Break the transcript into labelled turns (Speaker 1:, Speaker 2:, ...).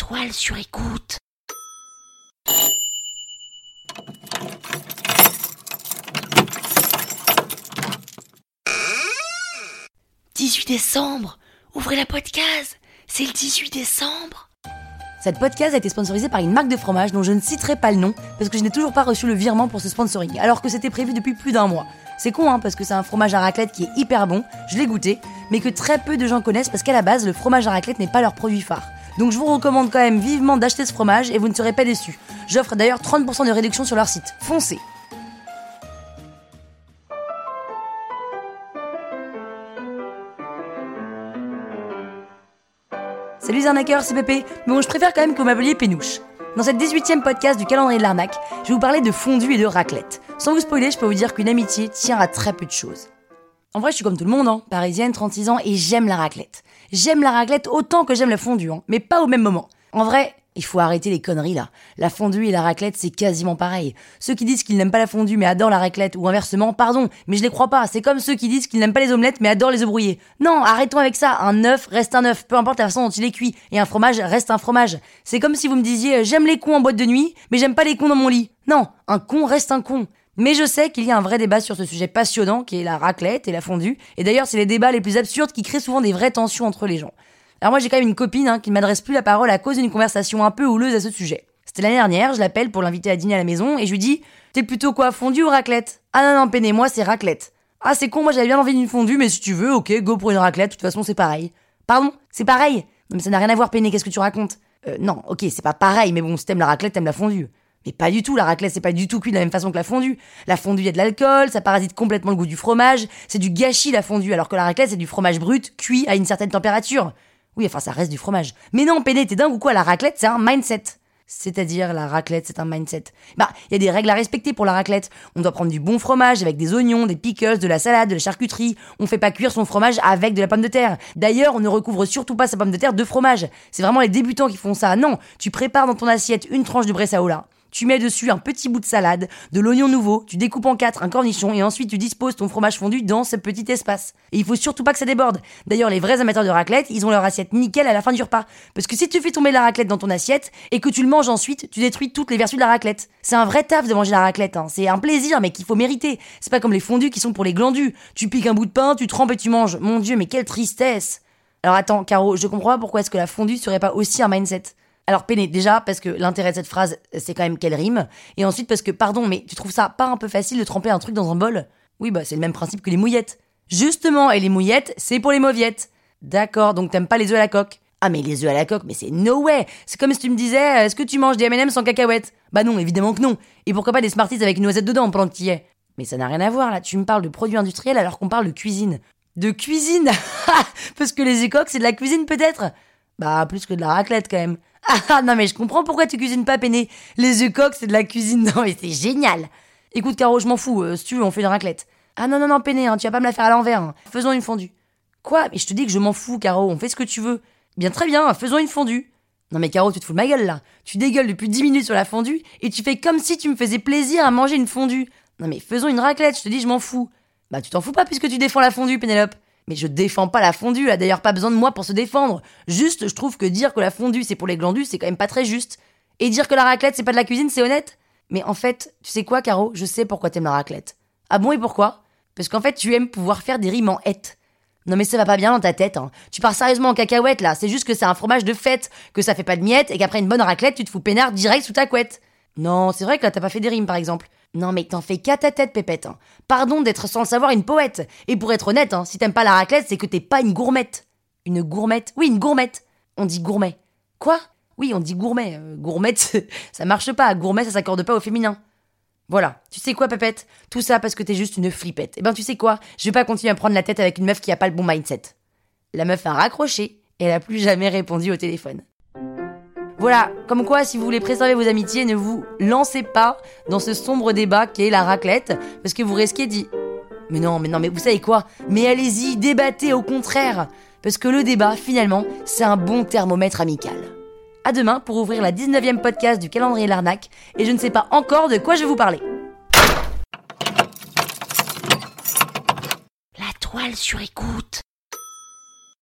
Speaker 1: Toile sur écoute. « 18 décembre, ouvrez la podcast, c'est le 18 décembre !»
Speaker 2: Cette podcast a été sponsorisée par une marque de fromage dont je ne citerai pas le nom parce que je n'ai toujours pas reçu le virement pour ce sponsoring, alors que c'était prévu depuis plus d'un mois. C'est con parce que c'est un fromage à raclette qui est hyper bon, je l'ai goûté, mais que très peu de gens connaissent parce qu'à la base, le fromage à raclette n'est pas leur produit phare. Donc je vous recommande quand même vivement d'acheter ce fromage et vous ne serez pas déçus. J'offre d'ailleurs 30% de réduction sur leur site. Foncez! Salut les arnaqueurs, c'est Pépé. Mais bon, je préfère quand même que vous m'appeliez Pénouche. Dans cette 18e podcast du calendrier de l'arnaque, je vais vous parler de fondue et de raclette. Sans vous spoiler, je peux vous dire qu'une amitié tient à très peu de choses. En vrai, je suis comme tout le monde, parisienne, 36 ans, et j'aime la raclette. J'aime la raclette autant que j'aime la fondue, mais pas au même moment. En vrai, il faut arrêter les conneries là. La fondue et la raclette, c'est quasiment pareil. Ceux qui disent qu'ils n'aiment pas la fondue mais adorent la raclette, ou inversement, pardon, mais je les crois pas. C'est comme ceux qui disent qu'ils n'aiment pas les omelettes mais adorent les œufs brouillés. Non, arrêtons avec ça. Un œuf reste un œuf, peu importe la façon dont il est cuit. Et un fromage reste un fromage. C'est comme si vous me disiez j'aime les cons en boîte de nuit, mais j'aime pas les cons dans mon lit. Non, un con reste un con. Mais je sais qu'il y a un vrai débat sur ce sujet passionnant qui est la raclette et la fondue. Et d'ailleurs, c'est les débats les plus absurdes qui créent souvent des vraies tensions entre les gens. Alors moi, j'ai quand même une copine qui ne m'adresse plus la parole à cause d'une conversation un peu houleuse à ce sujet. C'était l'année dernière, je l'appelle pour l'inviter à dîner à la maison et je lui dis « T'es plutôt quoi, fondue ou raclette ?»« Ah non, Péné, moi c'est raclette. »« Ah c'est con, moi j'avais bien envie d'une fondue, mais si tu veux, ok, go pour une raclette, de toute façon c'est pareil. »« Pardon, c'est pareil ?»« Non mais ça n'a rien à voir Péné, qu'est-ce que tu racontes ?»« Non, ok, c'est pas pareil, mais bon, si t'aimes la raclette, t'aimes la fondue. » Mais pas du tout, la raclette c'est pas du tout cuit de la même façon que la fondue. La fondue, y a de l'alcool, ça parasite complètement le goût du fromage, c'est du gâchis la fondue, alors que la raclette c'est du fromage brut, cuit à une certaine température. Oui, enfin ça reste du fromage. Mais non, Péné, t'es dingue ou quoi, la raclette c'est un mindset. C'est-à-dire, la raclette, c'est un mindset. Il y a des règles à respecter pour la raclette. On doit prendre du bon fromage avec des oignons, des pickles, de la salade, de la charcuterie. On fait pas cuire son fromage avec de la pomme de terre. D'ailleurs, on ne recouvre surtout pas sa pomme de terre de fromage. C'est vraiment les débutants qui font ça. Non, tu prépares dans ton assiette une tranche de bressaola. Tu mets dessus un petit bout de salade, de l'oignon nouveau, tu découpes en 4 un cornichon et ensuite tu disposes ton fromage fondu dans ce petit espace. Et il faut surtout pas que ça déborde. D'ailleurs, les vrais amateurs de raclette, ils ont leur assiette nickel à la fin du repas. Parce que si tu fais tomber la raclette dans ton assiette et que tu le manges ensuite, tu détruis toutes les vertus de la raclette. C'est un vrai taf de manger la raclette, C'est un plaisir, mais qu'il faut mériter. C'est pas comme les fondus qui sont pour les glandus. Tu piques un bout de pain, tu trempes et tu manges. Mon Dieu, mais quelle tristesse. Alors attends, Caro, je comprends pas pourquoi est-ce que la fondue serait pas aussi un mindset. Alors Péné, déjà parce que l'intérêt de cette phrase, c'est quand même qu'elle rime, et ensuite parce que, pardon, mais tu trouves ça pas un peu facile de tremper un truc dans un bol ? Oui, c'est le même principe que les mouillettes. Justement, et les mouillettes, c'est pour les mauviettes. D'accord, donc t'aimes pas les œufs à la coque ? Ah mais les œufs à la coque, mais c'est no way. C'est comme si tu me disais, est-ce que tu manges des M&M's sans cacahuètes ? Bah non, évidemment que non. Et pourquoi pas des Smarties avec une noisette dedans pendant que t'y es ? Mais ça n'a rien à voir là, tu me parles de produits industriels alors qu'on parle de cuisine. De cuisine ? Parce que les écoques, c'est de la cuisine peut-être ? Bah plus que de la raclette quand même. Ah non mais je comprends pourquoi tu cuisines pas, Péné. Les œufs coques c'est de la cuisine, non mais c'est génial. Écoute Caro, je m'en fous, si tu veux on fait une raclette. Ah non Péné, tu vas pas me la faire à l'envers. Faisons une fondue. Quoi ? Mais je te dis que je m'en fous Caro, on fait ce que tu veux. Bien très bien, faisons une fondue. Non mais Caro, tu te fous de ma gueule là. Tu dégueules depuis 10 minutes sur la fondue et tu fais comme si tu me faisais plaisir à manger une fondue. Non mais faisons une raclette, je te dis je m'en fous. Bah tu t'en fous pas puisque tu défends la fondue, Pénélope. Mais je défends pas la fondue, elle a d'ailleurs pas besoin de moi pour se défendre. Juste, je trouve que dire que la fondue c'est pour les glandus, c'est quand même pas très juste. Et dire que la raclette c'est pas de la cuisine, c'est honnête. Mais en fait, tu sais quoi Caro ? Je sais pourquoi t'aimes la raclette. Ah bon et pourquoi ? Parce qu'en fait tu aimes pouvoir faire des rimes en hête. Non mais ça va pas bien dans ta tête, Tu pars sérieusement en cacahuète là, c'est juste que c'est un fromage de fête, que ça fait pas de miettes et qu'après une bonne raclette tu te fous peinard direct sous ta couette. Non, c'est vrai que là t'as pas fait des rimes par exemple. Non mais t'en fais qu'à ta tête Pépette. Pardon d'être sans le savoir une poète. Et pour être honnête, si t'aimes pas la raclette, c'est que t'es pas une gourmette. Une gourmette ? Oui, une gourmette. On dit gourmet. Quoi ? Oui, on dit gourmet. Gourmette, ça marche pas. Gourmet, ça s'accorde pas au féminin. Voilà. Tu sais quoi Pépette ? Tout ça parce que t'es juste une flippette. Eh ben tu sais quoi ? Je vais pas continuer à prendre la tête avec une meuf qui a pas le bon mindset. La meuf a raccroché et elle a plus jamais répondu au téléphone. Voilà, comme quoi, si vous voulez préserver vos amitiés, ne vous lancez pas dans ce sombre débat qu'est la raclette, parce que vous risquez d'y... Mais non, mais vous savez quoi ? Mais allez-y, débattez au contraire, parce que le débat, finalement, c'est un bon thermomètre amical. À demain pour ouvrir la 19e podcast du calendrier de l'arnaque, et je ne sais pas encore de quoi je vais vous parler.
Speaker 1: La toile sur écoute.